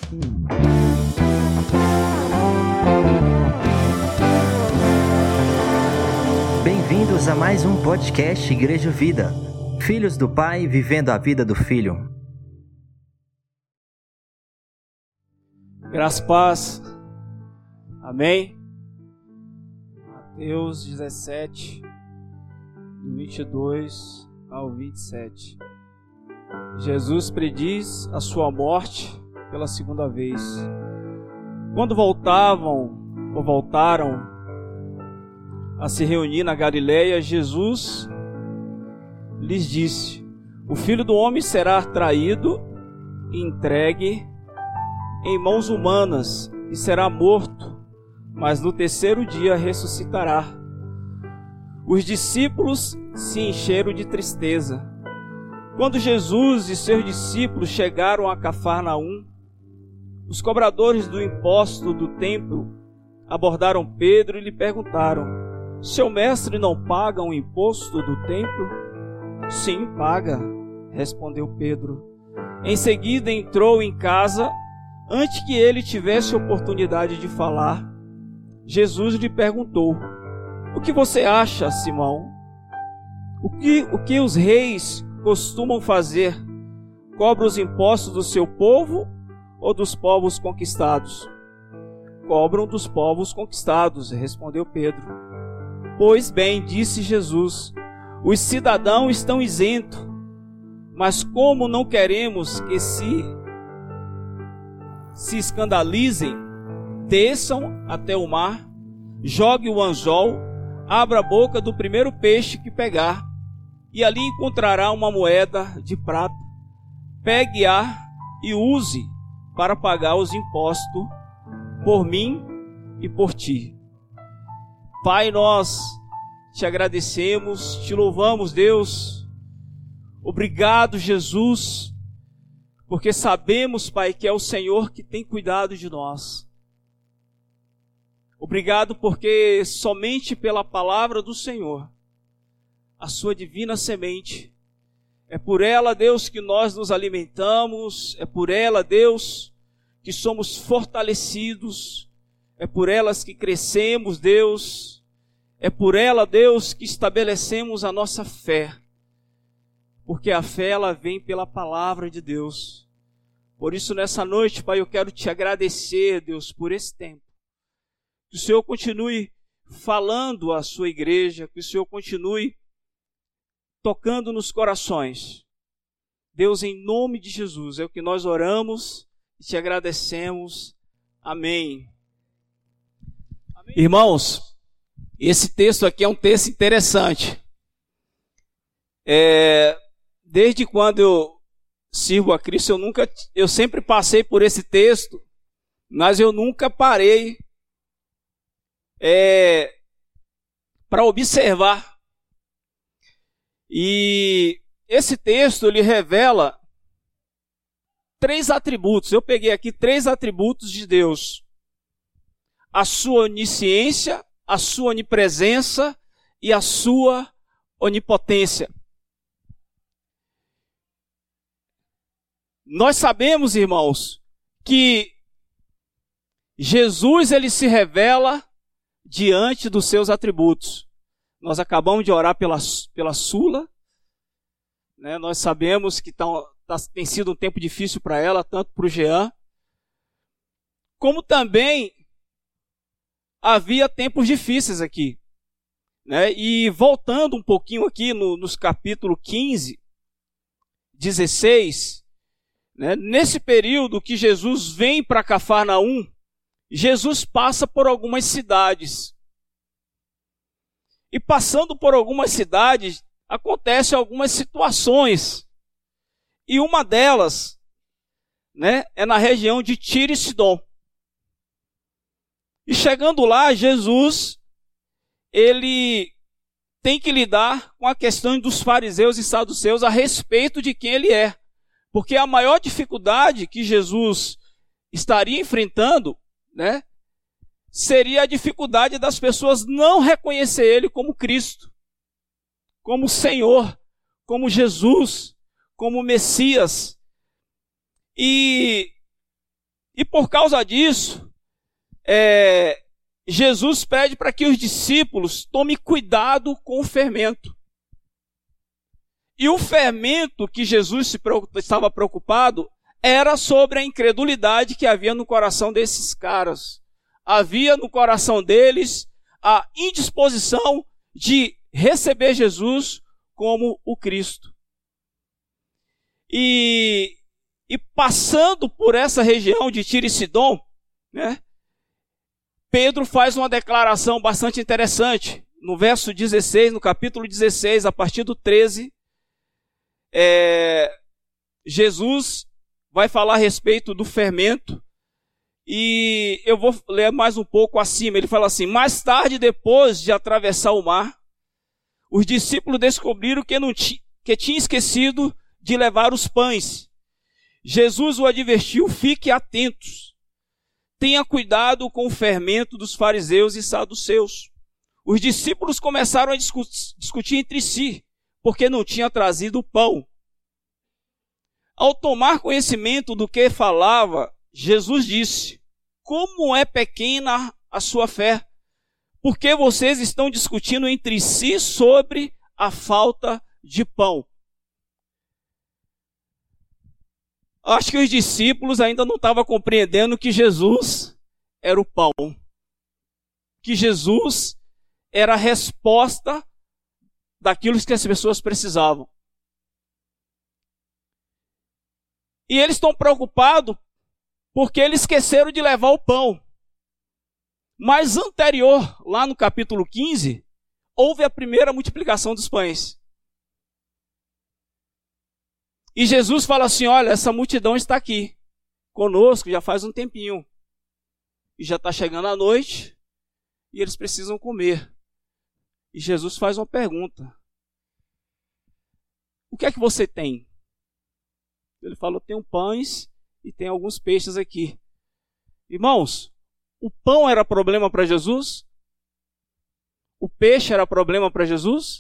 Bem-vindos a mais um podcast Igreja Vida. Filhos do Pai vivendo a vida do Filho. Graça e paz. Amém. Mateus 17, do 22 ao 27. Jesus prediz a sua morte pela segunda vez. Quando voltaram a se reunir na Galileia, Jesus lhes disse: o Filho do Homem será traído e entregue em mãos humanas e será morto, mas no terceiro dia ressuscitará. Os discípulos se encheram de tristeza. Quando Jesus e seus discípulos chegaram a Cafarnaum, os cobradores do imposto do templo abordaram Pedro e lhe perguntaram: seu mestre não paga o imposto do templo? Sim, paga, respondeu Pedro. Em seguida entrou em casa. Antes que ele tivesse oportunidade de falar, Jesus lhe perguntou: o que você acha, Simão? O que os reis costumam fazer? Cobra os impostos do seu povo ou dos povos conquistados? Cobram dos povos conquistados, respondeu Pedro. Pois bem, disse Jesus, os cidadãos estão isentos, mas como não queremos que se escandalizem, desçam até o mar, jogue o anzol, abra a boca do primeiro peixe que pegar, e ali encontrará uma moeda de prata. Pegue-a e use para pagar os impostos por mim e por ti. Pai, nós te agradecemos, te louvamos, Deus. Obrigado, Jesus, porque sabemos, Pai, que é o Senhor que tem cuidado de nós. Obrigado porque somente pela palavra do Senhor, a sua divina semente, é por ela, Deus, que nós nos alimentamos, é por ela, Deus, que somos fortalecidos, é por elas que crescemos, Deus, é por ela, Deus, que estabelecemos a nossa fé. Porque a fé, ela vem pela palavra de Deus. Por isso, nessa noite, Pai, eu quero te agradecer, Deus, por esse tempo. Que o Senhor continue falando à sua igreja, que o Senhor continue tocando nos corações. Deus, em nome de Jesus, é o que nós oramos e te agradecemos. Amém. Amém. Irmãos, esse texto aqui é um texto interessante. Desde quando eu sirvo a Cristo, eu sempre passei por esse texto, mas eu nunca parei para observar. E esse texto, ele revela 3 atributos. Eu peguei aqui 3 atributos de Deus: a sua onisciência, a sua onipresença e a sua onipotência. Nós sabemos, irmãos, que Jesus, ele se revela diante dos seus atributos. Nós acabamos de orar pela Sula, né? Nós sabemos que tem sido um tempo difícil para ela, tanto para o Jean, como também havia tempos difíceis aqui, né? E voltando um pouquinho aqui nos capítulos 15, 16, né? Nesse período que Jesus vem para Cafarnaum, Jesus passa por algumas cidades. E passando por algumas cidades, acontecem algumas situações. E uma delas, né, é na região de Tiro e Sidom. E chegando lá, Jesus, ele tem que lidar com a questão dos fariseus e saduceus a respeito de quem ele é. Porque a maior dificuldade que Jesus estaria enfrentando, né, seria a dificuldade das pessoas não reconhecer ele como Cristo, como Senhor, como Jesus, como Messias. E E por causa disso, Jesus pede para que os discípulos tomem cuidado com o fermento. E o fermento que Jesus estava preocupado era sobre a incredulidade que havia no coração desses caras. Havia no coração deles a indisposição de receber Jesus como o Cristo. E passando por essa região de Tiro e Sidom, né, Pedro faz uma declaração bastante interessante. No verso 16, no capítulo 16, a partir do 13, Jesus vai falar a respeito do fermento. E eu vou ler mais um pouco acima. Ele fala assim: mais tarde, depois de atravessar o mar, os discípulos descobriram que tinha esquecido de levar os pães. Jesus o advertiu: fique atentos. Tenha cuidado com o fermento dos fariseus e saduceus. Os discípulos começaram a discutir entre si, porque não tinha trazido o pão. Ao tomar conhecimento do que falava, Jesus disse: como é pequena a sua fé, porque vocês estão discutindo entre si sobre a falta de pão. Acho que os discípulos ainda não estavam compreendendo que Jesus era o pão, que Jesus era a resposta daquilo que as pessoas precisavam. E eles estão preocupados porque eles esqueceram de levar o pão. Mas anterior, lá no capítulo 15, houve a primeira multiplicação dos pães. E Jesus fala assim: olha, essa multidão está aqui conosco já faz um tempinho. E já está chegando a noite e eles precisam comer. E Jesus faz uma pergunta: o que é que você tem? Ele falou: tenho pães e tem alguns peixes aqui. Irmãos, o pão era problema para Jesus? O peixe era problema para Jesus?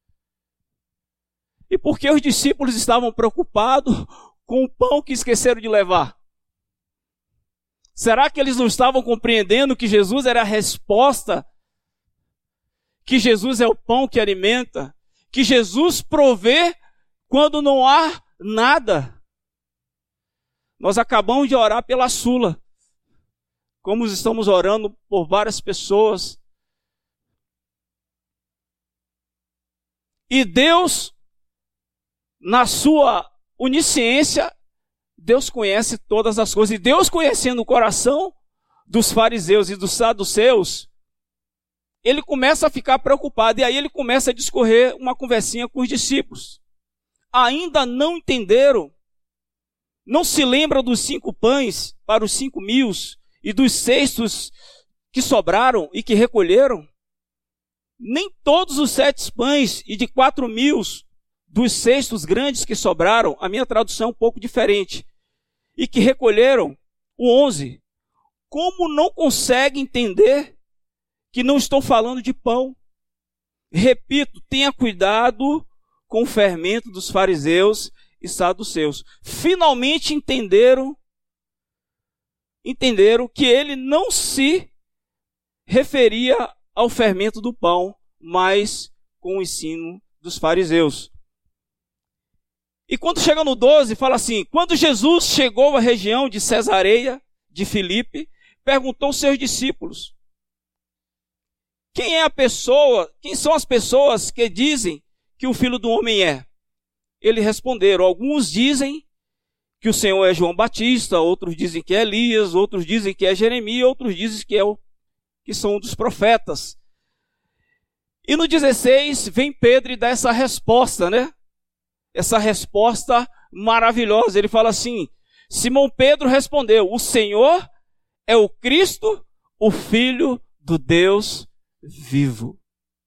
E por que os discípulos estavam preocupados com o pão que esqueceram de levar? Será que eles não estavam compreendendo que Jesus era a resposta? Que Jesus é o pão que alimenta? Que Jesus provê quando não há nada? Nós acabamos de orar pela Sula, como estamos orando por várias pessoas. E Deus, na sua onisciência, Deus conhece todas as coisas. E Deus, conhecendo o coração dos fariseus e dos saduceus, ele começa a ficar preocupado. E aí ele começa a discorrer uma conversinha com os discípulos. Ainda não entenderam? Não se lembram dos 5 pães para os 5.000 e dos cestos que sobraram e que recolheram? Nem todos os 7 pães e de 4.000 dos cestos grandes que sobraram, a minha tradução é um pouco diferente, e que recolheram o 11. Como não consegue entender que não estou falando de pão? Repito, tenha cuidado com o fermento dos fariseus e saduceus. Finalmente entenderam que ele não se referia ao fermento do pão, mas com o ensino dos fariseus. E quando chega no 12, fala assim: quando Jesus chegou à região de Cesareia de Filipe, perguntou aos seus discípulos: quem são as pessoas que dizem que o Filho do Homem é? Eles responderam: alguns dizem que o Senhor é João Batista, outros dizem que é Elias, outros dizem que é Jeremias, outros dizem que são dos profetas. E no 16 vem Pedro e dá essa resposta, né? Essa resposta maravilhosa. Ele fala assim: Simão Pedro respondeu: o Senhor é o Cristo, o Filho do Deus vivo.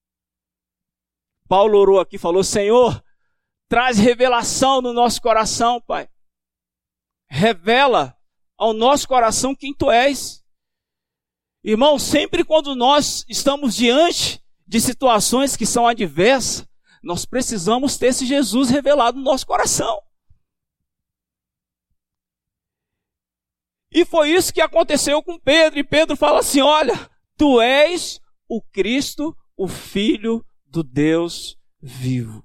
Paulo orou aqui, falou: Senhor, traz revelação no nosso coração, Pai. Revela ao nosso coração quem Tu és. Irmão, sempre quando nós estamos diante de situações que são adversas, nós precisamos ter esse Jesus revelado no nosso coração. E foi isso que aconteceu com Pedro. E Pedro fala assim: olha, tu és o Cristo, o Filho do Deus vivo.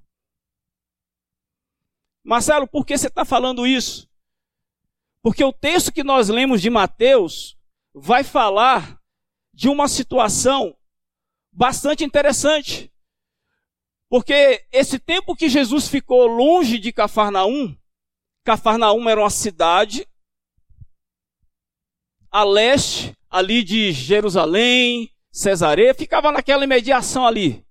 Marcelo, por que você está falando isso? Porque o texto que nós lemos de Mateus vai falar de uma situação bastante interessante. Porque esse tempo que Jesus ficou longe de Cafarnaum, Cafarnaum era uma cidade a leste, ali de Jerusalém, Cesareia, ficava naquela imediação ali.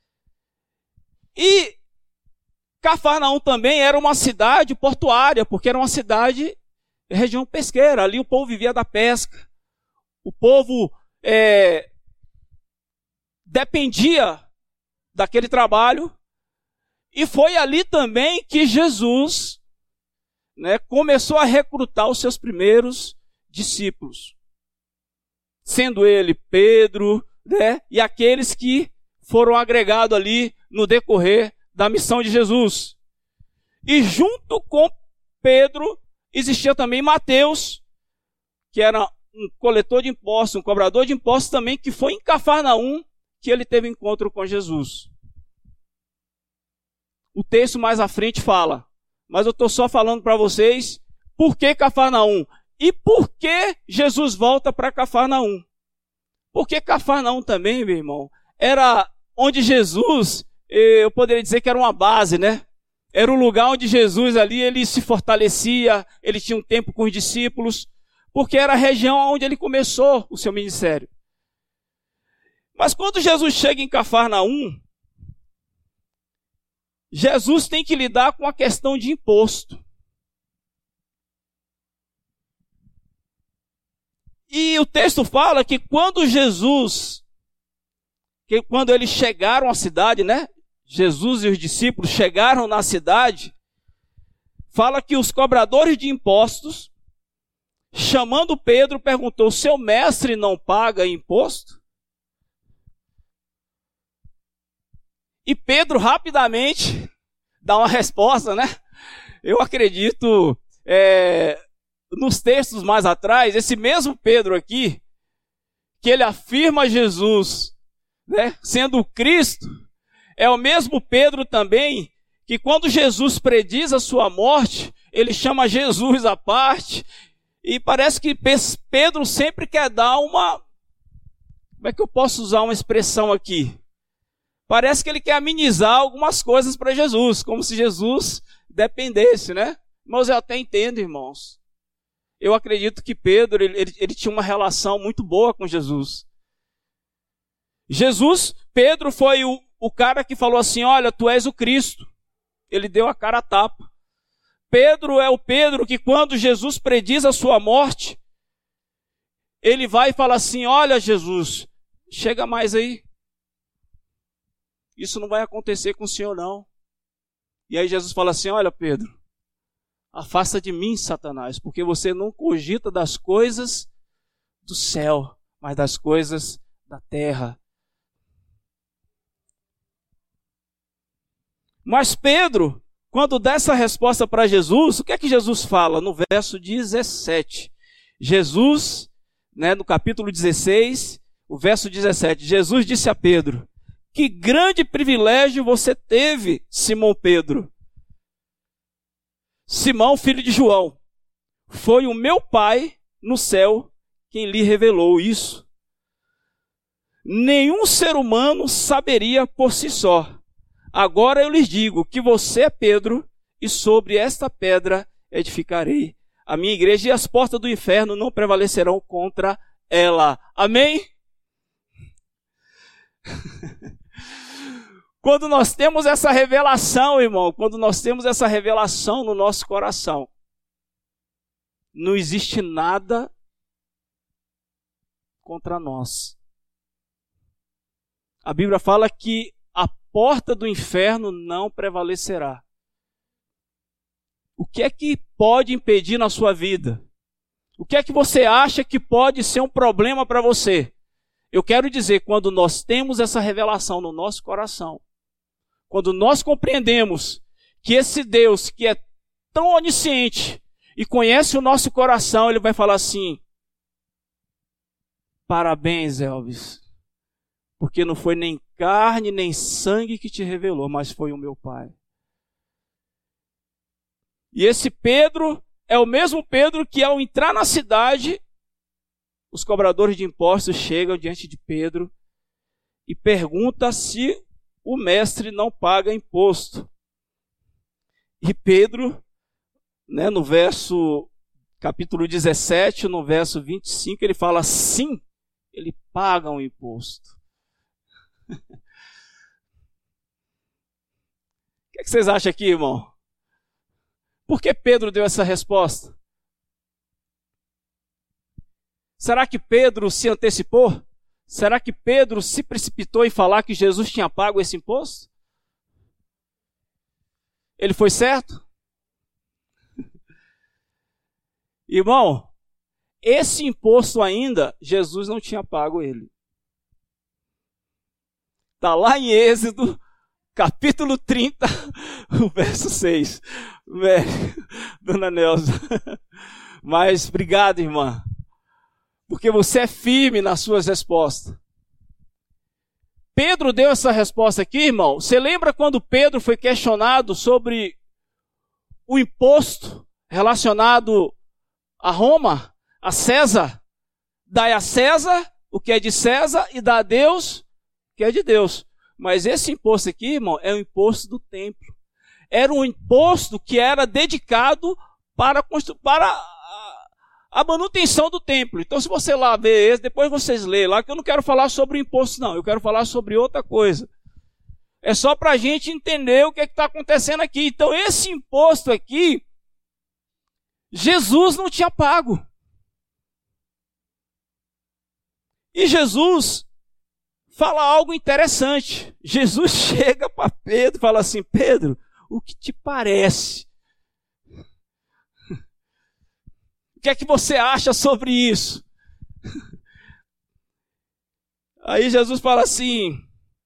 E Cafarnaum também era uma cidade portuária, porque era uma cidade, região pesqueira, ali o povo vivia da pesca. O povo dependia daquele trabalho. E foi ali também que Jesus, começou a recrutar os seus primeiros discípulos. Sendo ele Pedro, e aqueles que foram agregados ali no decorrer da missão de Jesus. E junto com Pedro existia também Mateus, que era um coletor de impostos, um cobrador de impostos também, que foi em Cafarnaum que ele teve encontro com Jesus. O texto mais à frente fala, mas eu estou só falando para vocês por que Cafarnaum e por que Jesus volta para Cafarnaum. Porque Cafarnaum também, meu irmão, era onde Jesus, eu poderia dizer que era uma base, Era o lugar onde Jesus ali, ele se fortalecia, ele tinha um tempo com os discípulos, porque era a região onde ele começou o seu ministério. Mas quando Jesus chega em Cafarnaum, Jesus tem que lidar com a questão de imposto. E o texto fala que quando eles chegaram à cidade, Jesus e os discípulos chegaram na cidade, fala que os cobradores de impostos, chamando Pedro, perguntou: seu mestre não paga imposto? E Pedro rapidamente dá uma resposta, Eu acredito, nos textos mais atrás, esse mesmo Pedro aqui, que ele afirma Jesus, sendo o Cristo, é o mesmo Pedro também, que quando Jesus prediz a sua morte, ele chama Jesus à parte, e parece que Pedro sempre quer dar uma... Como é que eu posso usar uma expressão aqui? Parece que ele quer amenizar algumas coisas para Jesus, como se Jesus dependesse, Mas eu até entendo, irmãos. Eu acredito que Pedro, ele tinha uma relação muito boa com Jesus. Pedro foi o cara que falou assim: olha, tu és o Cristo. Ele deu a cara a tapa. Pedro é o Pedro que quando Jesus prediz a sua morte, ele vai e fala assim: olha, Jesus, chega mais aí. Isso não vai acontecer com o Senhor, não. E aí Jesus fala assim: olha, Pedro, afasta de mim, Satanás, porque você não cogita das coisas do céu, mas das coisas da terra. Mas Pedro, quando dá essa resposta para Jesus, o que é que Jesus fala? No verso 17. Jesus, no capítulo 16, o verso 17, Jesus disse a Pedro: que grande privilégio você teve, Simão Pedro. Simão, filho de João, foi o meu Pai no céu quem lhe revelou isso. Nenhum ser humano saberia por si só. Agora eu lhes digo que você é Pedro, e sobre esta pedra edificarei a minha igreja, e as portas do inferno não prevalecerão contra ela. Amém? Quando nós temos essa revelação, irmão, quando nós temos essa revelação no nosso coração, não existe nada contra nós. A Bíblia fala que a porta do inferno não prevalecerá. O que é que pode impedir na sua vida? O que é que você acha que pode ser um problema para você? Eu quero dizer, quando nós temos essa revelação no nosso coração, quando nós compreendemos que esse Deus que é tão onisciente e conhece o nosso coração, ele vai falar assim: parabéns, Elvis, porque não foi nem carne nem sangue que te revelou, mas foi o meu Pai. E esse Pedro é o mesmo Pedro que, ao entrar na cidade, os cobradores de impostos chegam diante de Pedro e perguntam se o mestre não paga imposto. E Pedro, no capítulo 17, no verso 25, ele fala: sim, ele paga um imposto. O que vocês acham aqui, irmão? Por que Pedro deu essa resposta? Será que Pedro se antecipou? Será que Pedro se precipitou em falar que Jesus tinha pago esse imposto? Ele foi certo? Irmão, esse imposto ainda, Jesus não tinha pago ele. Está lá em Êxodo, capítulo 30, o verso 6. Dona Nelza. Mas obrigado, irmã, porque você é firme nas suas respostas. Pedro deu essa resposta aqui, irmão. Você lembra quando Pedro foi questionado sobre o imposto relacionado a Roma, a César? Dai a César o que é de César e dá a Deus o que é de Deus. Mas esse imposto aqui, irmão, é o imposto do templo. Era um imposto que era dedicado para a manutenção do templo. Então, se você lá ver esse, depois vocês leem lá, que eu não quero falar sobre o imposto, não. Eu quero falar sobre outra coisa. É só para a gente entender o que está acontecendo aqui. Então, esse imposto aqui, Jesus não tinha pago. E Jesus fala algo interessante. Jesus chega para Pedro e fala assim: Pedro, o que te parece? O que é que você acha sobre isso? Aí Jesus fala assim,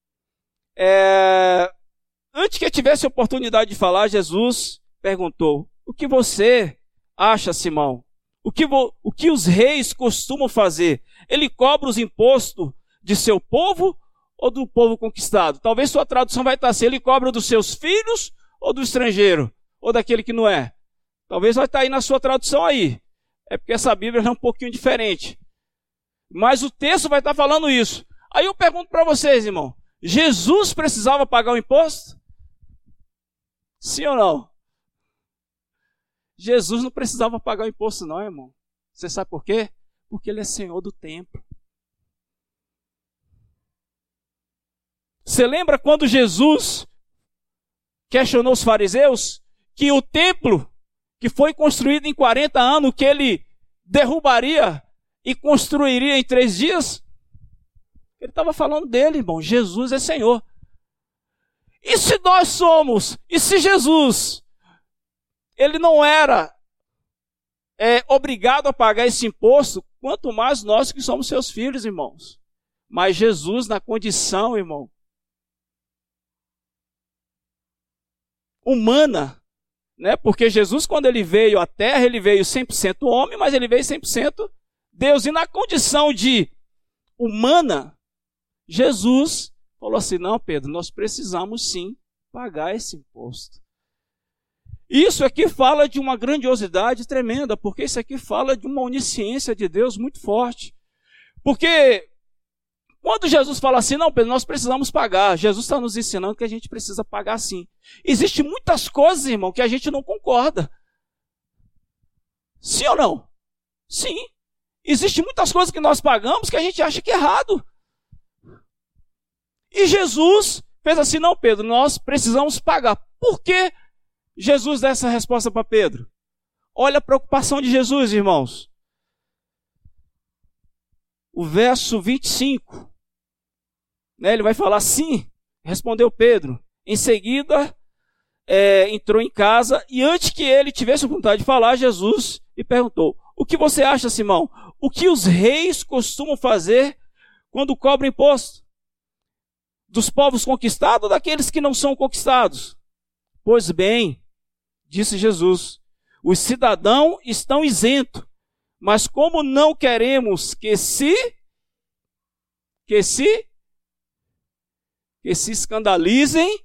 antes que eu tivesse a oportunidade de falar, Jesus perguntou: o que você acha, Simão? O que os reis costumam fazer? Ele cobra os impostos de seu povo ou do povo conquistado? Talvez sua tradução vai estar assim: ele cobra dos seus filhos ou do estrangeiro? Ou daquele que não é? Talvez vai estar aí na sua tradução aí. É porque essa Bíblia é um pouquinho diferente. Mas o texto vai estar falando isso. Aí eu pergunto para vocês, irmão: Jesus precisava pagar o imposto? Sim ou não? Jesus não precisava pagar o imposto não, irmão. Você sabe por quê? Porque ele é Senhor do templo. Você lembra quando Jesus questionou os fariseus que o templo que foi construído em 40 anos, que ele derrubaria e construiria em 3 dias? Ele estava falando dele, irmão. Jesus é Senhor. E se nós somos, e se Jesus, ele não era obrigado a pagar esse imposto, quanto mais nós que somos seus filhos, irmãos. Mas Jesus, na condição, irmão, humana, porque Jesus, quando ele veio à terra, ele veio 100% homem, mas ele veio 100% Deus. E na condição de humana, Jesus falou assim: não, Pedro, nós precisamos sim pagar esse imposto. Isso aqui fala de uma grandiosidade tremenda, porque isso aqui fala de uma onisciência de Deus muito forte. Porque quando Jesus fala assim: não, Pedro, nós precisamos pagar, Jesus está nos ensinando que a gente precisa pagar sim. Existem muitas coisas, irmão, que a gente não concorda. Sim ou não? Sim. Existem muitas coisas que nós pagamos que a gente acha que é errado. E Jesus fez assim: não, Pedro, nós precisamos pagar. Por que Jesus dá essa resposta para Pedro? Olha a preocupação de Jesus, irmãos. O verso 25. Ele vai falar assim: respondeu Pedro. Em seguida, entrou em casa e antes que ele tivesse vontade de falar, Jesus lhe perguntou: o que você acha, Simão? O que os reis costumam fazer quando cobram imposto? Dos povos conquistados ou daqueles que não são conquistados? Pois bem, disse Jesus, Os cidadãos estão isentos, mas como não queremos que se escandalizem,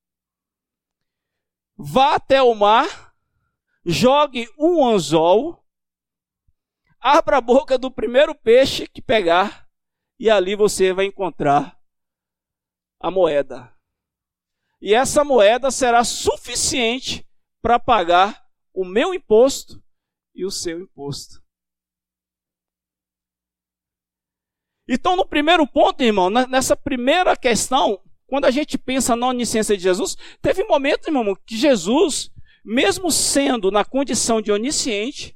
vá até o mar, jogue um anzol, abra a boca do primeiro peixe que pegar, e ali você vai encontrar a moeda. E essa moeda será suficiente para pagar o meu imposto e o seu imposto. Então, no primeiro ponto, irmão, nessa primeira questão, quando a gente pensa na onisciência de Jesus, teve um momento, irmão, que Jesus, mesmo sendo na condição de onisciente,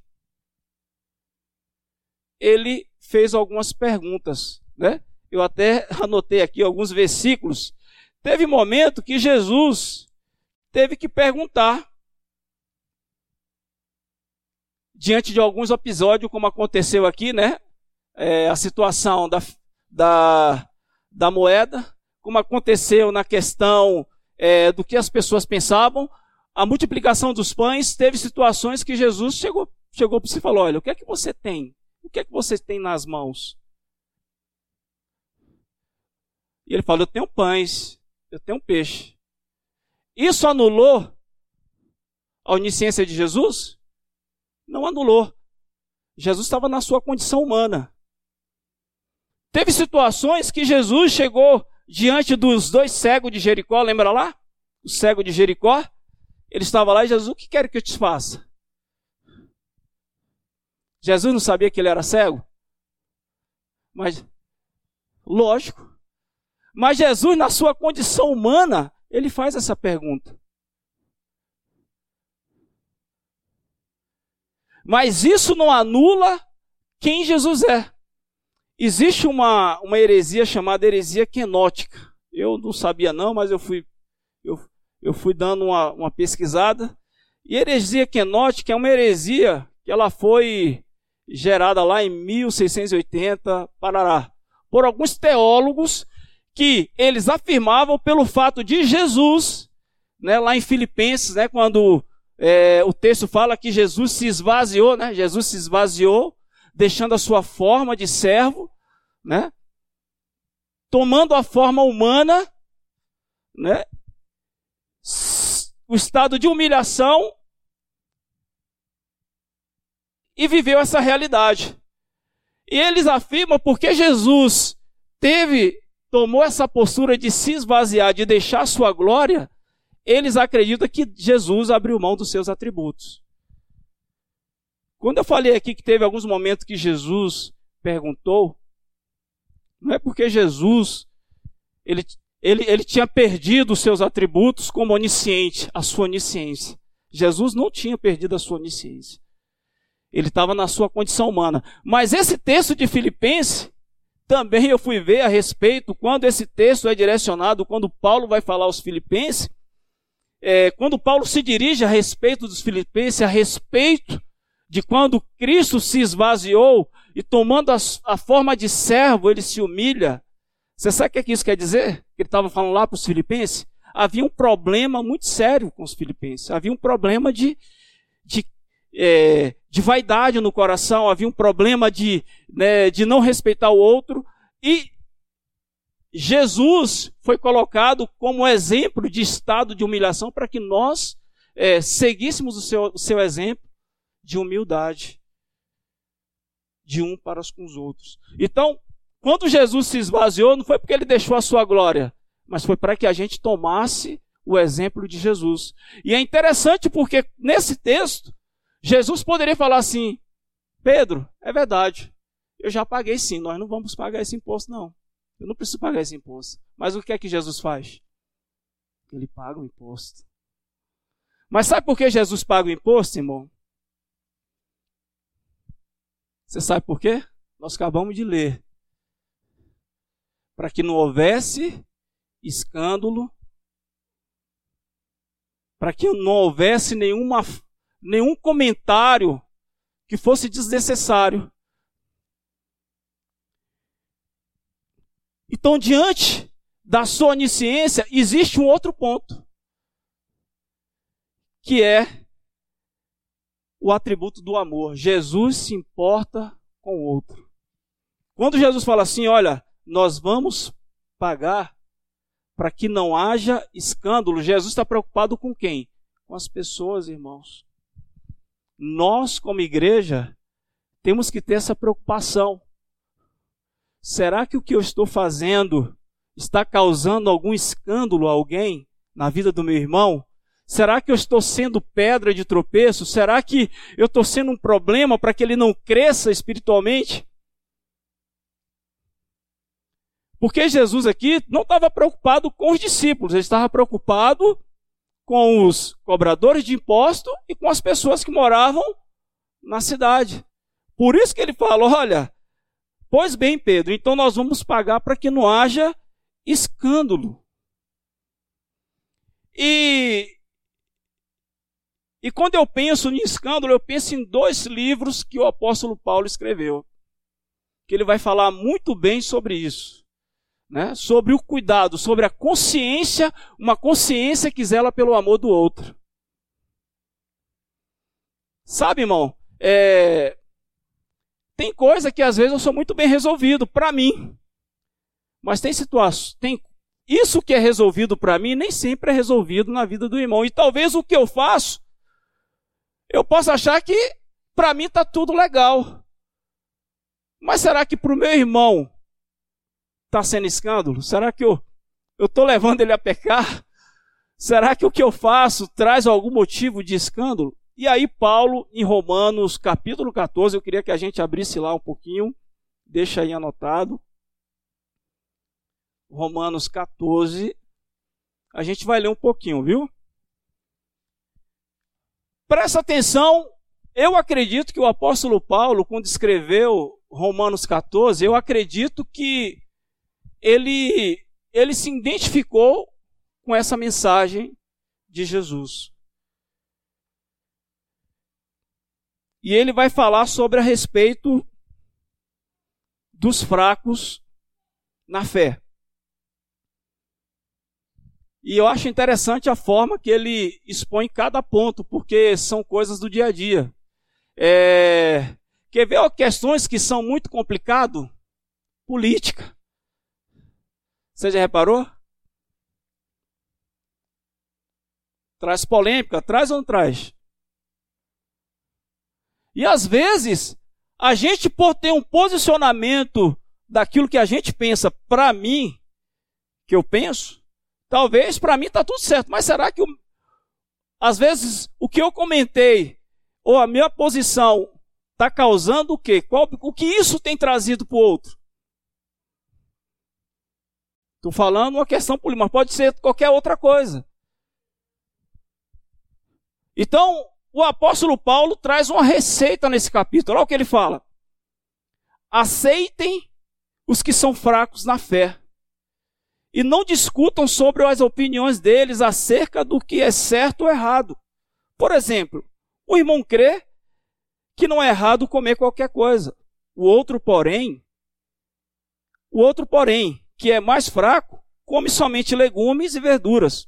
ele fez algumas perguntas, né? Eu até anotei aqui alguns versículos. Teve momento que Jesus teve que perguntar, diante de alguns episódios, como aconteceu aqui, né? A situação da moeda, como aconteceu na questão do que as pessoas pensavam, a multiplicação dos pães, teve situações que Jesus chegou para você e falou: olha, o que é que você tem? O que é que você tem nas mãos? E ele falou: eu tenho pães, eu tenho peixe. Isso anulou a onisciência de Jesus? Não anulou. Jesus estava na sua condição humana. Teve situações que Jesus chegou diante dos 2 cegos de Jericó, lembra lá? O cego de Jericó. Ele estava lá e Jesus: o que quer que eu te faça? Jesus não sabia que ele era cego? Mas, lógico. Mas Jesus, na sua condição humana, ele faz essa pergunta. Mas isso não anula quem Jesus é. Existe uma heresia chamada heresia quenótica. Eu não sabia não, mas eu fui dando uma pesquisada. E heresia quenótica é uma heresia que ela foi gerada lá em 1680, parará, por alguns teólogos que eles afirmavam pelo fato de Jesus, né, lá em Filipenses, né, quando o texto fala que Jesus se esvaziou, né, Jesus se esvaziou, deixando a sua forma de servo, né, tomando a forma humana, né, o estado de humilhação, e viveu essa realidade. E eles afirmam porque Jesus tomou essa postura de se esvaziar, de deixar a sua glória, eles acreditam que Jesus abriu mão dos seus atributos. Quando eu falei aqui que teve alguns momentos que Jesus perguntou, não é porque Jesus ele tinha perdido os seus atributos como onisciente, a sua onisciência. Jesus não tinha perdido a sua onisciência. Ele estava na sua condição humana. Mas esse texto de Filipenses, também eu fui ver a respeito, quando esse texto é direcionado, quando Paulo vai falar aos Filipenses, quando Paulo se dirige a respeito dos Filipenses, a respeito de quando Cristo se esvaziou e tomando a forma de servo, ele se humilha. Você sabe o que isso quer dizer? Que ele estava falando lá para os Filipenses? Havia um problema muito sério com os Filipenses. Havia um problema de vaidade no coração, havia um problema de não respeitar o outro, e Jesus foi colocado como exemplo de estado de humilhação para que nós seguíssemos o seu exemplo de humildade, de um para com os outros. Então, quando Jesus se esvaziou, não foi porque ele deixou a sua glória, mas foi para que a gente tomasse o exemplo de Jesus. E é interessante porque nesse texto, Jesus poderia falar assim: Pedro, é verdade, eu já paguei sim, nós não vamos pagar esse imposto não. Eu não preciso pagar esse imposto. Mas o que é que Jesus faz? Ele paga o imposto. Mas sabe por que Jesus paga o imposto, irmão? Você sabe por quê? Nós acabamos de ler. Para que não houvesse escândalo, para que não houvesse nenhum comentário que fosse desnecessário. Então, diante da sua onisciência, existe um outro ponto, que é o atributo do amor. Jesus se importa com o outro. Quando Jesus fala assim, olha, nós vamos pagar para que não haja escândalo, Jesus está preocupado com quem? Com as pessoas, irmãos. Nós, como igreja, temos que ter essa preocupação. Será que o que eu estou fazendo está causando algum escândalo a alguém na vida do meu irmão? Será que eu estou sendo pedra de tropeço? Será que eu estou sendo um problema para que ele não cresça espiritualmente? Porque Jesus aqui não estava preocupado com os discípulos, ele estava preocupado com os cobradores de imposto e com as pessoas que moravam na cidade. Por isso que ele fala, olha, pois bem, Pedro, então nós vamos pagar para que não haja escândalo. E quando eu penso em escândalo, eu penso em 2 livros que o apóstolo Paulo escreveu, que ele vai falar muito bem sobre isso. Né? Sobre o cuidado, sobre a consciência, uma consciência que zela pelo amor do outro. Sabe, irmão, tem coisa que às vezes eu sou muito bem resolvido para mim, mas tem situações, isso que é resolvido para mim nem sempre é resolvido na vida do irmão. E talvez o que eu faço, eu possa achar que para mim está tudo legal, mas será que para o meu irmão está sendo escândalo? Será que eu estou levando ele a pecar? Será que o que eu faço traz algum motivo de escândalo? E aí Paulo, em Romanos capítulo 14, eu queria que a gente abrisse lá um pouquinho, deixa aí anotado. Romanos 14, a gente vai ler um pouquinho, viu? Presta atenção, eu acredito que o apóstolo Paulo, quando escreveu Romanos 14, eu acredito que ele se identificou com essa mensagem de Jesus. E ele vai falar sobre a respeito dos fracos na fé. E eu acho interessante a forma que ele expõe cada ponto, porque são coisas do dia a dia. Quer ver questões que são muito complicadas? Política. Você já reparou? Traz polêmica, traz ou não traz? E às vezes, a gente por ter um posicionamento daquilo que a gente pensa, para mim, que eu penso, talvez para mim está tudo certo, mas será que às vezes o que eu comentei, ou a minha posição, está causando o quê? O que isso tem trazido para o outro? Estou falando uma questão política, mas pode ser qualquer outra coisa. Então, o apóstolo Paulo traz uma receita nesse capítulo. Olha o que ele fala. Aceitem os que são fracos na fé. E não discutam sobre as opiniões deles acerca do que é certo ou errado. Por exemplo, o irmão crê que não é errado comer qualquer coisa. O outro, porém, que é mais fraco, come somente legumes e verduras.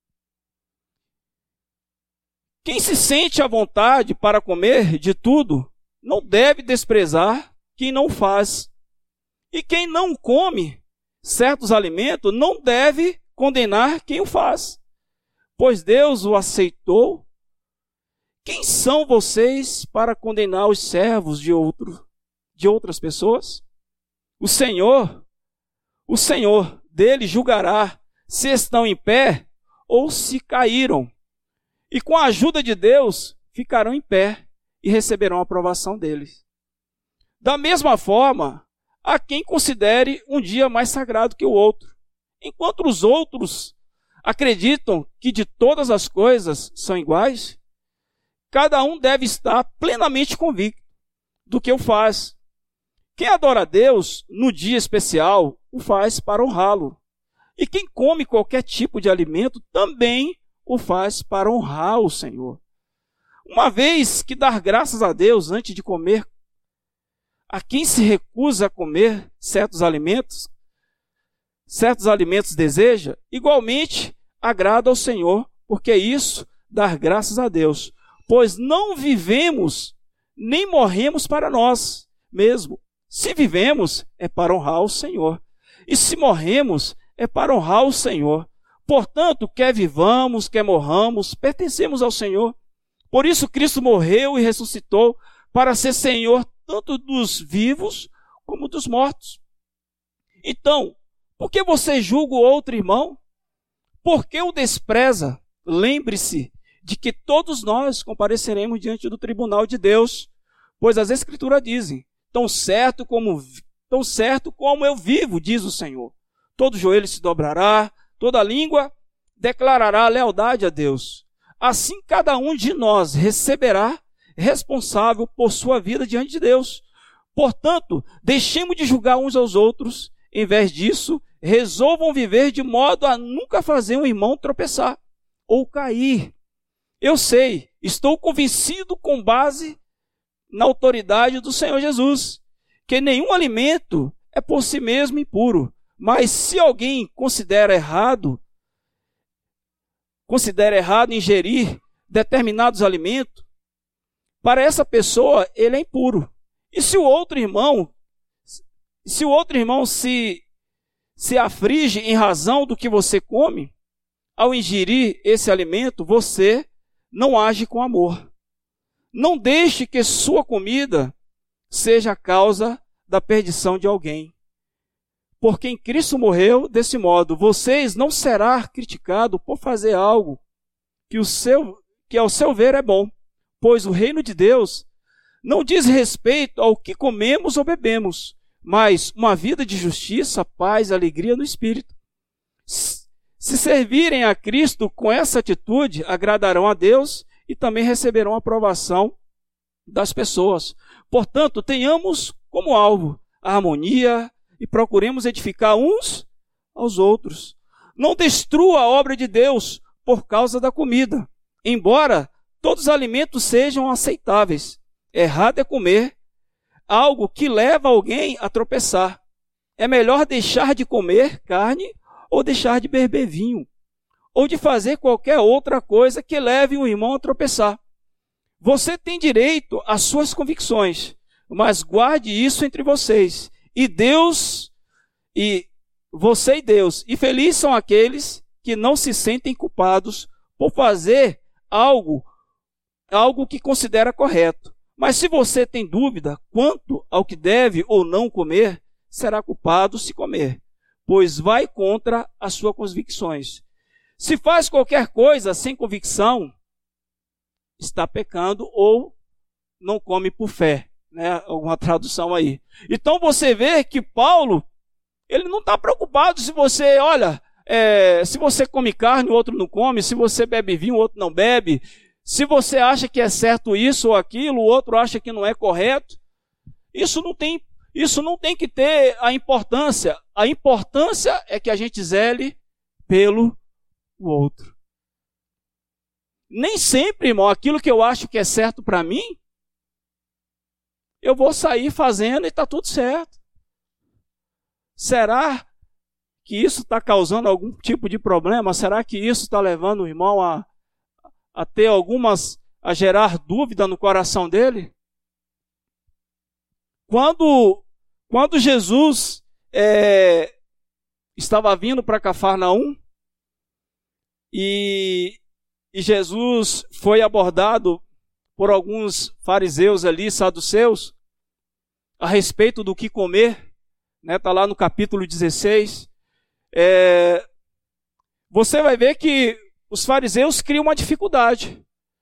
Quem se sente à vontade para comer de tudo, não deve desprezar quem não faz. E quem não come certos alimentos, não deve condenar quem o faz, pois Deus o aceitou. Quem são vocês para condenar os servos de outras pessoas? O Senhor dele julgará se estão em pé ou se caíram. E com a ajuda de Deus, ficarão em pé e receberão a aprovação deles. Da mesma forma, há quem considere um dia mais sagrado que o outro, enquanto os outros acreditam que de todas as coisas são iguais. Cada um deve estar plenamente convicto do que o faz. Quem adora a Deus no dia especial, o faz para honrá-lo. E quem come qualquer tipo de alimento também o faz para honrar o Senhor. Uma vez que dar graças a Deus antes de comer, a quem se recusa a comer certos alimentos deseja, igualmente agrada ao Senhor, porque isso dar graças a Deus. pois não vivemos nem morremos para nós mesmos. Se vivemos, é para honrar o Senhor. E se morremos, é para honrar o Senhor. Portanto, quer vivamos, quer morramos, pertencemos ao Senhor. Por isso Cristo morreu e ressuscitou para ser Senhor tanto dos vivos como dos mortos. Então, por que você julga o outro irmão? Por que o despreza? Lembre-se de que todos nós compareceremos diante do tribunal de Deus, pois as Escrituras dizem, tão certo como eu vivo, diz o Senhor. Todo joelho se dobrará, toda língua declarará lealdade a Deus. Assim cada um de nós receberá responsável por sua vida diante de Deus. Portanto, deixemos de julgar uns aos outros. Em vez disso, resolvam viver de modo a nunca fazer um irmão tropeçar ou cair. Eu sei, estou convencido com base na autoridade do Senhor Jesus, que nenhum alimento é por si mesmo impuro. Mas se alguém considera errado ingerir determinados alimentos, para essa pessoa ele é impuro. E se o outro irmão se aflige em razão do que você come, ao ingerir esse alimento, você não age com amor. Não deixe que sua comida seja a causa da perdição de alguém. Porque em Cristo morreu desse modo, vocês não serão criticados por fazer algo que ao seu ver é bom, pois o reino de Deus não diz respeito ao que comemos ou bebemos, mas uma vida de justiça, paz e alegria no Espírito. Se servirem a Cristo com essa atitude, agradarão a Deus e também receberão a aprovação das pessoas. Portanto, tenhamos como alvo a harmonia e procuremos edificar uns aos outros. Não destrua a obra de Deus por causa da comida, embora todos os alimentos sejam aceitáveis. Errado é comer algo que leva alguém a tropeçar. É melhor deixar de comer carne ou deixar de beber vinho, ou de fazer qualquer outra coisa que leve um irmão a tropeçar. Você tem direito às suas convicções, mas guarde isso entre vocês. Você e Deus. E felizes são aqueles que não se sentem culpados por fazer algo que considera correto. Mas se você tem dúvida quanto ao que deve ou não comer, será culpado se comer, pois vai contra as suas convicções. Se faz qualquer coisa sem convicção, está pecando ou não come por fé, né? Alguma tradução aí. Então você vê que Paulo, ele não está preocupado se você, se você come carne, o outro não come, se você bebe vinho, o outro não bebe, se você acha que é certo isso ou aquilo, o outro acha que não é correto. Isso não tem que ter a importância. A importância é que a gente zele pelo outro. Nem sempre, irmão, aquilo que eu acho que é certo para mim, eu vou sair fazendo e está tudo certo. Será que isso está causando algum tipo de problema? Será que isso está levando o irmão a gerar dúvida no coração dele? Quando Jesus estava vindo para Cafarnaum e Jesus foi abordado por alguns fariseus ali, saduceus, a respeito do que comer, né? Está lá no capítulo 16. Você vai ver que os fariseus criam uma dificuldade.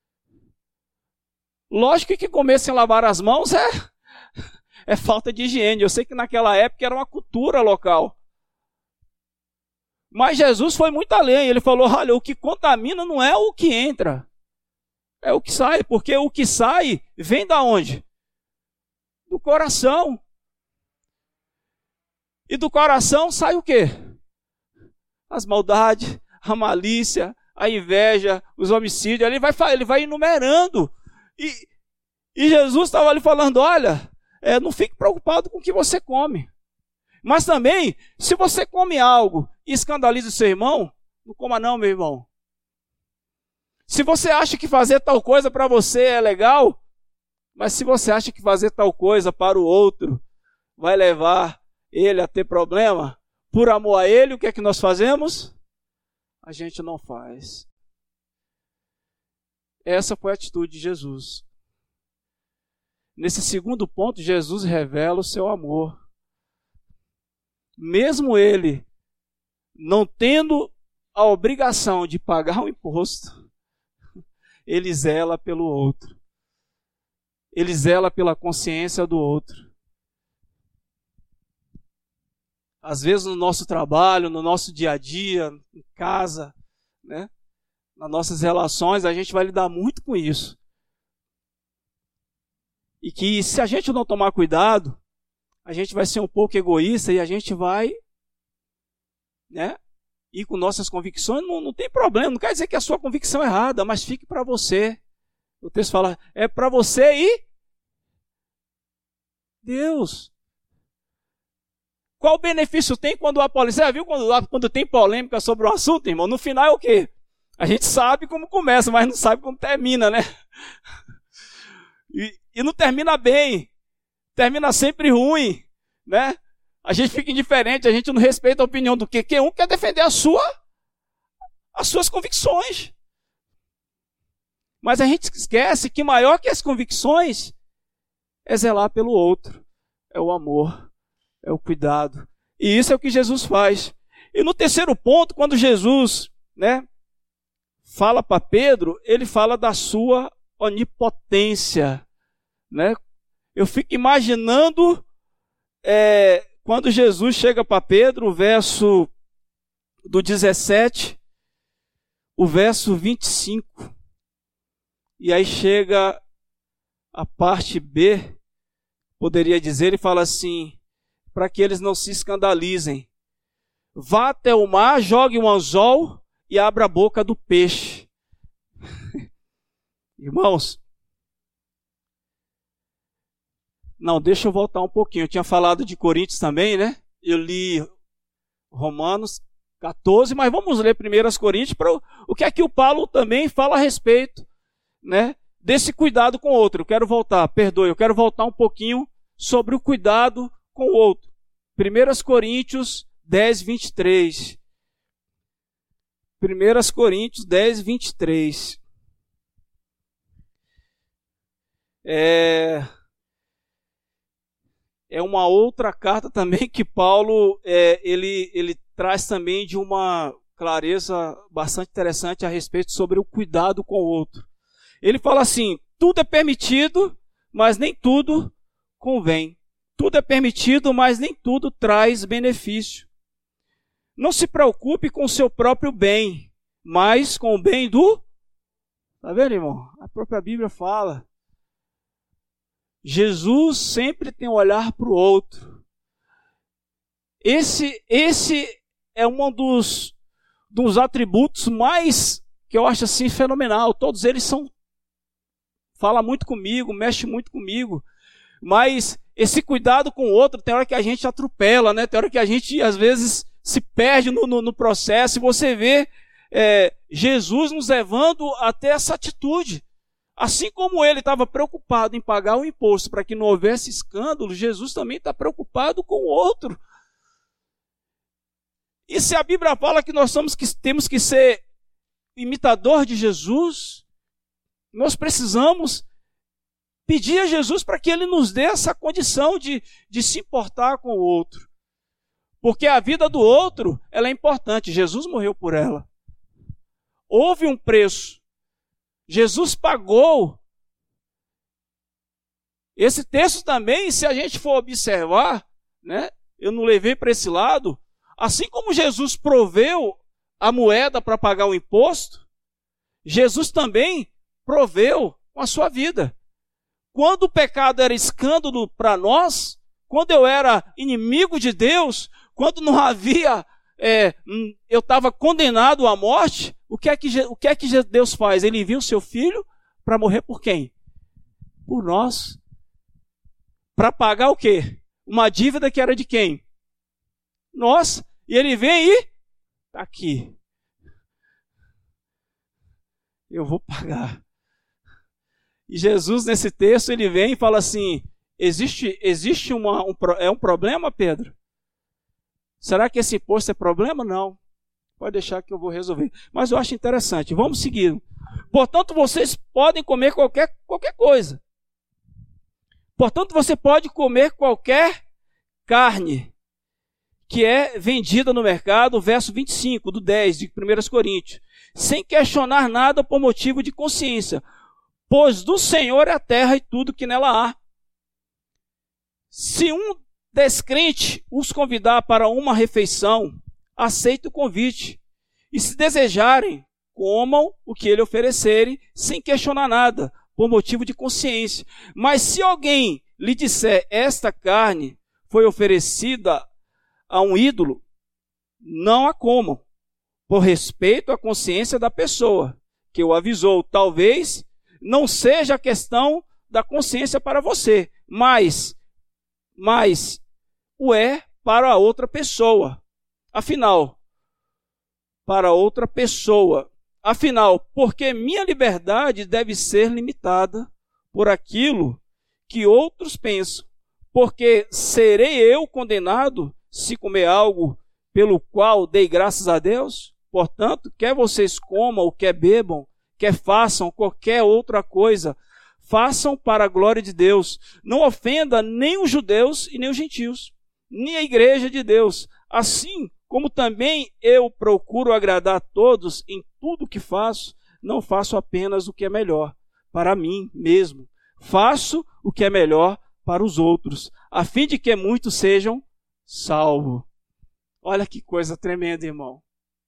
Lógico que comer sem lavar as mãos é falta de higiene. Eu sei que naquela época era uma cultura local. Mas Jesus foi muito além. Ele falou, olha, o que contamina não é o que entra, é o que sai. Porque o que sai vem da onde? Do coração. E do coração sai o quê? As maldades, a malícia, a inveja, os homicídios. Ele vai enumerando. E Jesus estava ali falando, olha, não fique preocupado com o que você come. Mas também, se você come algo e escandaliza o seu irmão, não coma não, meu irmão. Se você acha que fazer tal coisa para você é legal, mas se você acha que fazer tal coisa para o outro vai levar ele a ter problema, por amor a ele, o que é que nós fazemos? A gente não faz. Essa foi a atitude de Jesus. Nesse segundo ponto, Jesus revela o seu amor. Mesmo ele não tendo a obrigação de pagar o imposto, ele zela pelo outro. Ele zela pela consciência do outro. Às vezes no nosso trabalho, no nosso dia a dia, em casa, né? Nas nossas relações, a gente vai lidar muito com isso. E que se a gente não tomar cuidado, a gente vai ser um pouco egoísta e a gente vai, né, ir com nossas convicções. Não tem problema, não quer dizer que a sua convicção é errada, mas fique para você. O texto fala, é para você e Deus. Qual benefício tem quando a polícia... Você viu quando tem polêmica sobre um assunto, irmão? No final é o quê? A gente sabe como começa, mas não sabe como termina, né? E não termina bem. Termina sempre ruim, né? A gente fica indiferente, a gente não respeita a opinião do que um quer defender as suas convicções. Mas a gente esquece que maior que as convicções é zelar pelo outro. É o amor. É o cuidado. E isso é o que Jesus faz. E no terceiro ponto, quando Jesus, né, fala para Pedro, ele fala da sua onipotência. Né? Eu fico imaginando quando Jesus chega para Pedro, o verso do 17, o verso 25. E aí chega a parte B, poderia dizer, ele fala assim, para que eles não se escandalizem. Vá até o mar, jogue um anzol e abra a boca do peixe. Irmãos, não, deixa eu voltar um pouquinho. Eu tinha falado de Coríntios também, né? Eu li Romanos 14, mas vamos ler 1 Coríntios, para o que é que o Paulo também fala a respeito, né, desse cuidado com o outro. Eu quero voltar um pouquinho sobre o cuidado com o outro. 1 Coríntios 10, 23. 1 Coríntios 10, 23. É uma outra carta também que Paulo ele traz também de uma clareza bastante interessante a respeito sobre o cuidado com o outro. Ele fala assim, tudo é permitido, mas nem tudo convém. Tudo é permitido, mas nem tudo traz benefício. Não se preocupe com o seu próprio bem, mas com o bem do... Tá vendo, irmão? A própria Bíblia fala. Jesus sempre tem um olhar para o outro. Esse é um dos atributos mais, que eu acho assim, fenomenal. Todos eles fala muito comigo, mexe muito comigo. Mas esse cuidado com o outro, tem hora que a gente atropela, né? Tem hora que a gente, às vezes, se perde no processo. E você vê Jesus nos levando até essa atitude. Assim como ele estava preocupado em pagar o imposto para que não houvesse escândalo, Jesus também está preocupado com o outro. E se a Bíblia fala que nós temos que ser imitador de Jesus, nós precisamos pedir a Jesus para que ele nos dê essa condição de se importar com o outro. Porque a vida do outro, ela é importante. Jesus morreu por ela. Houve um preço. Jesus pagou. Esse texto também, se a gente for observar, né, eu não levei para esse lado, assim como Jesus proveu a moeda para pagar o imposto, Jesus também proveu com a sua vida. Quando o pecado era escândalo para nós, quando eu era inimigo de Deus, quando não havia, eu estava condenado à morte, o que é que Deus faz? Ele envia o seu filho para morrer por quem? Por nós. Para pagar o quê? Uma dívida que era de quem? Nós. E ele vem e está aqui. eu vou pagar. E Jesus, nesse texto, ele vem e fala assim, existe um problema, Pedro? Será que esse imposto é problema? Não. Pode deixar que eu vou resolver. Mas eu acho interessante. Vamos seguir. Portanto, vocês podem comer qualquer coisa. Portanto, você pode comer qualquer carne que é vendida no mercado, verso 25 do 10 de 1 Coríntios, sem questionar nada por motivo de consciência, pois do Senhor é a terra e tudo que nela há. Se um descrente os convidar para uma refeição, aceite o convite, e se desejarem, comam o que ele oferecerem, sem questionar nada, por motivo de consciência. Mas se alguém lhe disser, esta carne foi oferecida a um ídolo, não a comam, por respeito à consciência da pessoa que o avisou. Talvez não seja a questão da consciência para você, mas o é para a outra pessoa. Afinal, porque minha liberdade deve ser limitada por aquilo que outros pensam, porque serei eu condenado se comer algo pelo qual dei graças a Deus? Portanto, quer vocês comam ou quer bebam, quer façam qualquer outra coisa, façam para a glória de Deus. Não ofenda nem os judeus e nem os gentios, nem a igreja de Deus. Assim como também eu procuro agradar a todos em tudo que faço, não faço apenas o que é melhor para mim mesmo. Faço o que é melhor para os outros, a fim de que muitos sejam salvos. Olha que coisa tremenda, irmão.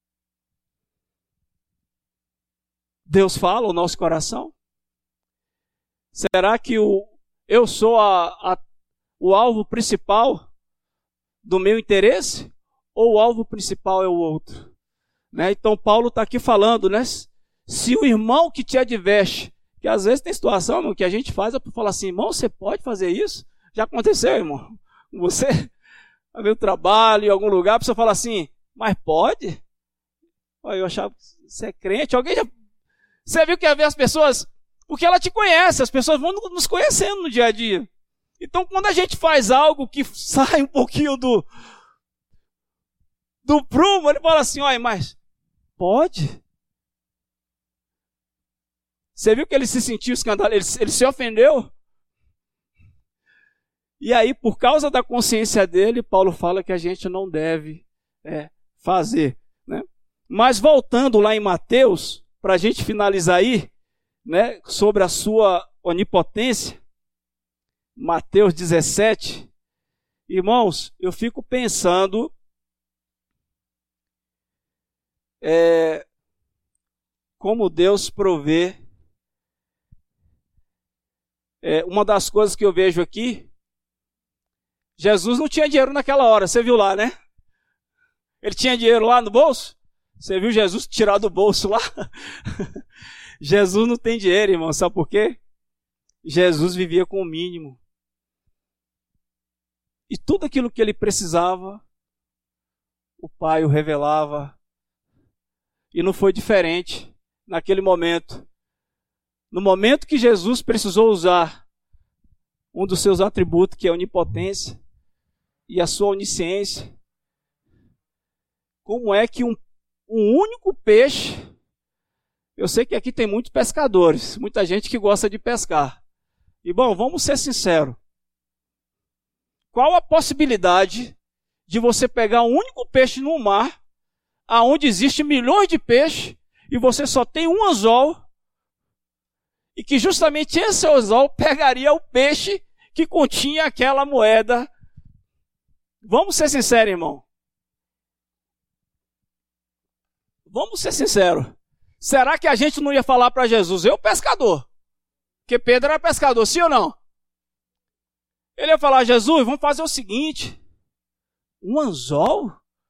Deus fala ao nosso coração? Será que eu sou o alvo principal do meu interesse? Ou o alvo principal é o outro? Né? Então Paulo está aqui falando, né? Se o irmão que te adverte, que às vezes tem situação, irmão, que a gente faz é para falar assim, irmão, você pode fazer isso? Já aconteceu, irmão? Você vai ver o trabalho em algum lugar, a pessoa fala assim, mas pode? Olha, eu achava que você é crente. Alguém já... Você viu que as pessoas... Porque ela te conhece, as pessoas vão nos conhecendo no dia a dia. Então, quando a gente faz algo que sai um pouquinho do prumo, ele fala assim, olha, mas pode? Você viu que ele se sentiu escandalizado, ele se ofendeu? E aí, por causa da consciência dele, Paulo fala que a gente não deve fazer. Né? Mas voltando lá em Mateus, para a gente finalizar aí, né, sobre a sua onipotência, Mateus 17, irmãos, eu fico pensando como Deus provê. Uma das coisas que eu vejo aqui, Jesus não tinha dinheiro naquela hora, você viu lá, né? Ele tinha dinheiro lá no bolso? Você viu Jesus tirar do bolso lá? Jesus não tem dinheiro, irmão, sabe por quê? Jesus vivia com o mínimo. E tudo aquilo que ele precisava, o Pai o revelava. E não foi diferente naquele momento. No momento que Jesus precisou usar um dos seus atributos, que é a onipotência e a sua onisciência, como é que um único peixe... Eu sei que aqui tem muitos pescadores, muita gente que gosta de pescar. E bom, vamos ser sinceros. Qual a possibilidade de você pegar um único peixe no mar, aonde existe milhões de peixes, e você só tem um anzol, e que justamente esse anzol pegaria o peixe que continha aquela moeda? Vamos ser sinceros, irmão. Vamos ser sinceros. Será que a gente não ia falar para Jesus, eu pescador? Porque Pedro era pescador, sim ou não? Ele ia falar, Jesus, vamos fazer o seguinte, um anzol?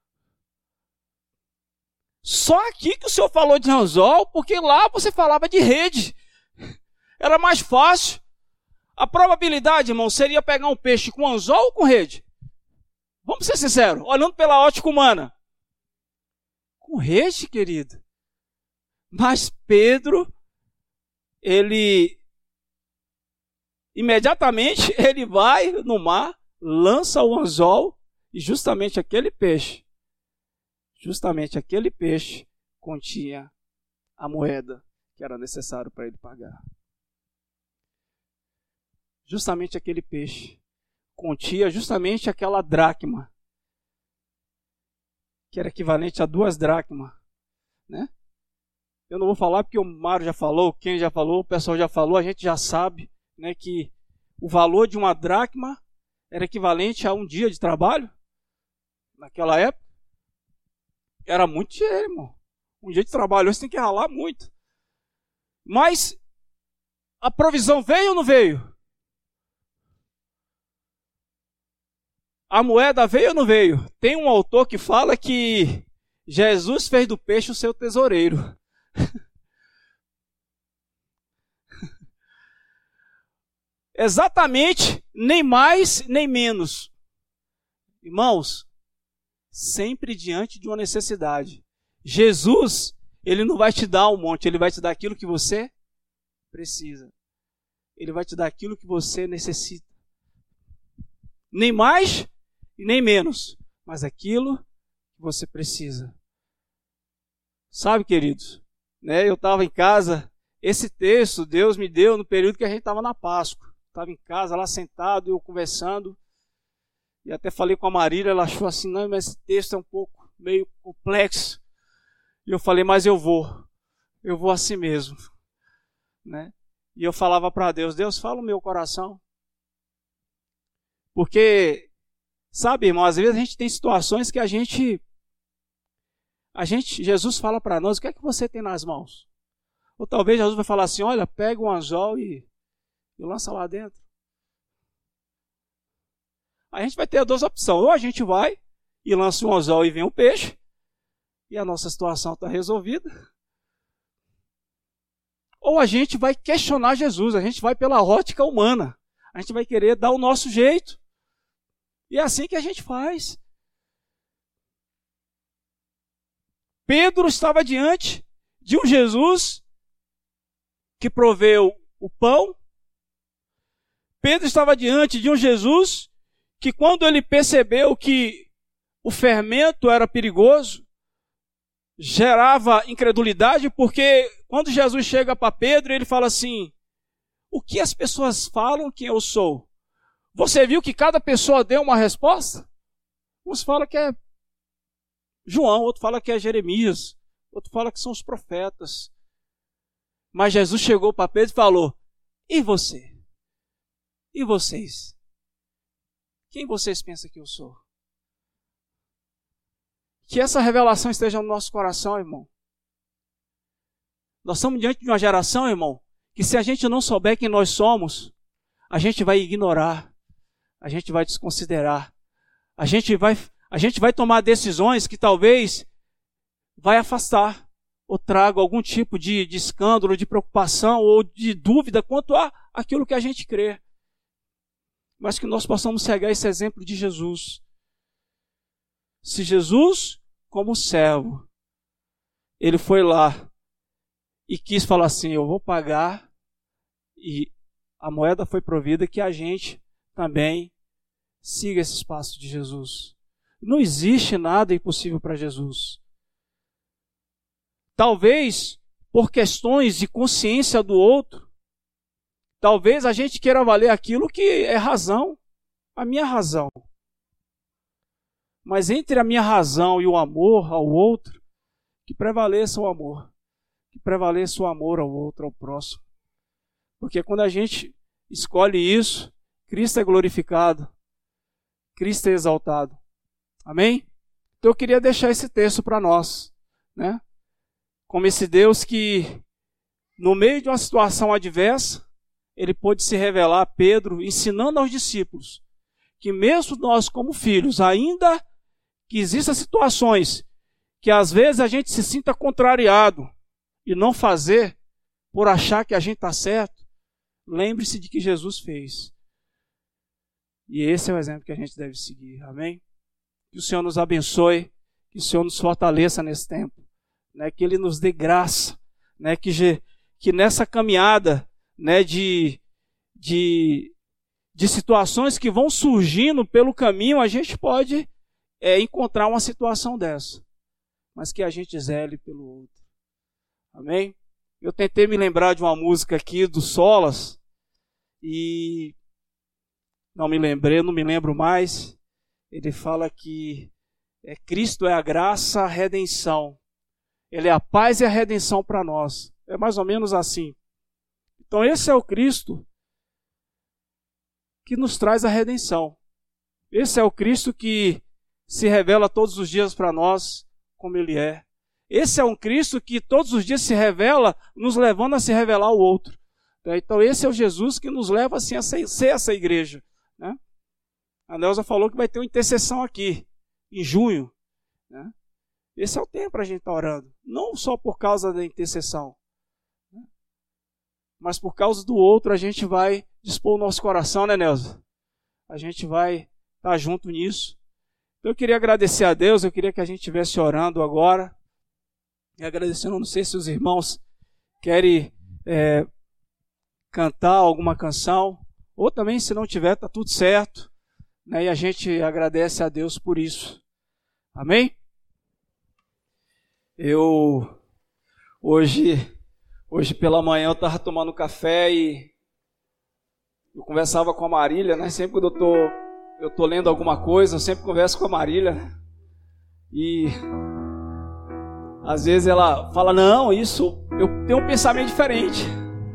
Só aqui que o senhor falou de anzol, porque lá você falava de rede. Era mais fácil. A probabilidade, irmão, seria pegar um peixe com anzol ou com rede? Vamos ser sinceros, olhando pela ótica humana. Com rede, querido. Mas Pedro imediatamente ele vai no mar, lança o anzol e justamente aquele peixe continha a moeda que era necessário para ele pagar. Justamente aquele peixe continha justamente aquela dracma, que era equivalente a 2 dracmas, né? Eu não vou falar porque o Mário já falou, quem já falou, o pessoal já falou, a gente já sabe, né, que o valor de uma dracma era equivalente a um dia de trabalho. Naquela época, era muito dinheiro, irmão. Um dia de trabalho, você tem que ralar muito. Mas a provisão veio ou não veio? A moeda veio ou não veio? Tem um autor que fala que Jesus fez do peixe o seu tesoureiro. Exatamente, nem mais nem menos. Irmãos, sempre diante de uma necessidade. Jesus, ele não vai te dar um monte, ele vai te dar aquilo que você precisa. Ele vai te dar aquilo que você necessita. Nem mais e nem menos, mas aquilo que você precisa. Sabe, queridos, né, eu estava em casa, esse texto Deus me deu no período que a gente estava na Páscoa. Estava em casa, lá sentado, eu conversando, e até falei com a Marília, ela achou assim, não, mas esse texto é um pouco meio complexo. E eu falei, mas eu vou assim mesmo, né? E eu falava para Deus, Deus, fala o meu coração. Porque, sabe, irmão, às vezes a gente tem situações que Jesus fala para nós, o que é que você tem nas mãos? Ou talvez Jesus vai falar assim, olha, pega um anzol e lança lá dentro. A gente vai ter 2 opções, ou a gente vai e lança um anzol e vem um peixe, e a nossa situação está resolvida. Ou a gente vai questionar Jesus, a gente vai pela ótica humana, a gente vai querer dar o nosso jeito. E é assim que a gente faz. Pedro estava diante de um Jesus que proveu o pão. Pedro estava diante de um Jesus que, quando ele percebeu que o fermento era perigoso, gerava incredulidade, porque quando Jesus chega para Pedro, ele fala assim, o que as pessoas falam que eu sou? Você viu que cada pessoa deu uma resposta? Uns falam que é João, outro fala que é Jeremias, outro fala que são os profetas. Mas Jesus chegou para Pedro e falou, e você? E vocês? Quem vocês pensam que eu sou? Que essa revelação esteja no nosso coração, irmão. Nós estamos diante de uma geração, irmão, que se a gente não souber quem nós somos, a gente vai ignorar, a gente vai desconsiderar, a gente vai tomar decisões que talvez vai afastar ou traga algum tipo de escândalo, de preocupação ou de dúvida quanto a aquilo que a gente crê. Mas que nós possamos seguir esse exemplo de Jesus. Se Jesus, como servo, ele foi lá e quis falar assim, eu vou pagar, e a moeda foi provida, que a gente também siga esse passo de Jesus. Não existe nada impossível para Jesus. Talvez por questões de consciência do outro, talvez a gente queira valer aquilo que é razão, a minha razão. Mas entre a minha razão e o amor ao outro, que prevaleça o amor. Que prevaleça o amor ao outro, ao próximo. Porque quando a gente escolhe isso, Cristo é glorificado, Cristo é exaltado. Amém? Então eu queria deixar esse texto para nós, né? Como esse Deus que, no meio de uma situação adversa, ele pôde se revelar a Pedro, ensinando aos discípulos que mesmo nós como filhos, ainda que existam situações que às vezes a gente se sinta contrariado e não fazer por achar que a gente está certo, lembre-se de que Jesus fez. E esse é o exemplo que a gente deve seguir. Amém? Que o Senhor nos abençoe, que o Senhor nos fortaleça nesse tempo, né? Que Ele nos dê graça, né? Que que nessa caminhada, né, de situações que vão surgindo pelo caminho, a gente pode encontrar uma situação dessa, mas que a gente zele pelo outro. Amém? Eu tentei me lembrar de uma música aqui do Solas e não me lembro mais. Ele fala que Cristo é a graça, a redenção. Ele é a paz e a redenção para nós. É mais ou menos assim. Então esse é o Cristo que nos traz a redenção. Esse é o Cristo que se revela todos os dias para nós como Ele é. Esse é um Cristo que todos os dias se revela, nos levando a se revelar ao outro. Então esse é o Jesus que nos leva assim, a ser essa igreja. Né? A Nelza falou que vai ter uma intercessão aqui, em junho. Né? Esse é o tempo para a gente estar orando. Não só por causa da intercessão, né? Mas por causa do outro a gente vai dispor o nosso coração, né, Nelza? A gente vai estar junto nisso. Então eu queria agradecer a Deus, eu queria que a gente estivesse orando agora. E agradecendo, não sei se os irmãos querem cantar alguma canção, ou também se não tiver, está tudo certo, né? E a gente agradece a Deus por isso. Amém? Hoje pela manhã eu estava tomando café e eu conversava com a Marília, né? Sempre quando eu tô lendo alguma coisa, eu sempre converso com a Marília, né? E às vezes ela fala, não, isso, eu tenho um pensamento diferente.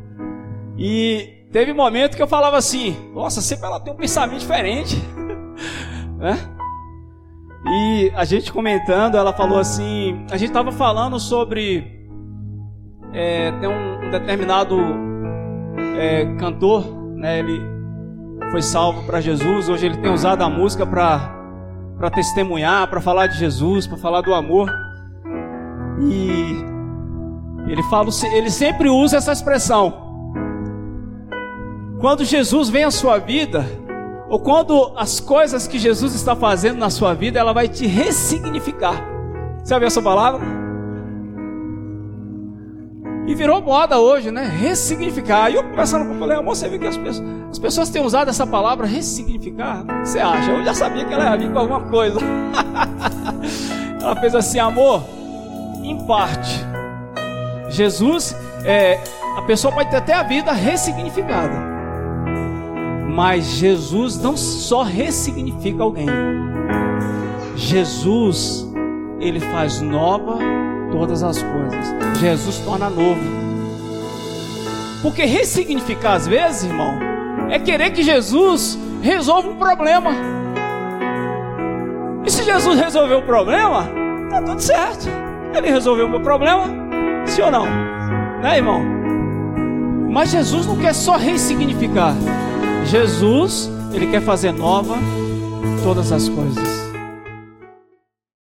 E teve um momento que eu falava assim, nossa, sempre ela tem um pensamento diferente. Né? E a gente comentando, ela falou assim, a gente estava falando sobre, tem um determinado cantor, né, ele foi salvo para Jesus, hoje ele tem usado a música para testemunhar, para falar de Jesus, para falar do amor. E ele sempre usa essa expressão. Quando Jesus vem à sua vida, ou quando as coisas que Jesus está fazendo na sua vida, ela vai te ressignificar. Você ouviu essa palavra? E virou moda hoje, né? Ressignificar. Aí eu conversando com o falei, amor, você viu que as pessoas têm usado essa palavra ressignificar? O que você acha? Eu já sabia que ela ia vir com alguma coisa. Ela fez assim, amor, em parte. Jesus, a pessoa pode ter até a vida ressignificada, mas Jesus não só ressignifica alguém. Jesus, Ele faz nova todas as coisas. Jesus torna novo. Porque ressignificar às vezes, irmão, é querer que Jesus resolva um problema. E se Jesus resolveu o problema, tá tudo certo. Ele resolveu o meu problema, sim ou não? Né, irmão? Mas Jesus não quer só ressignificar. Jesus, Ele quer fazer nova todas as coisas.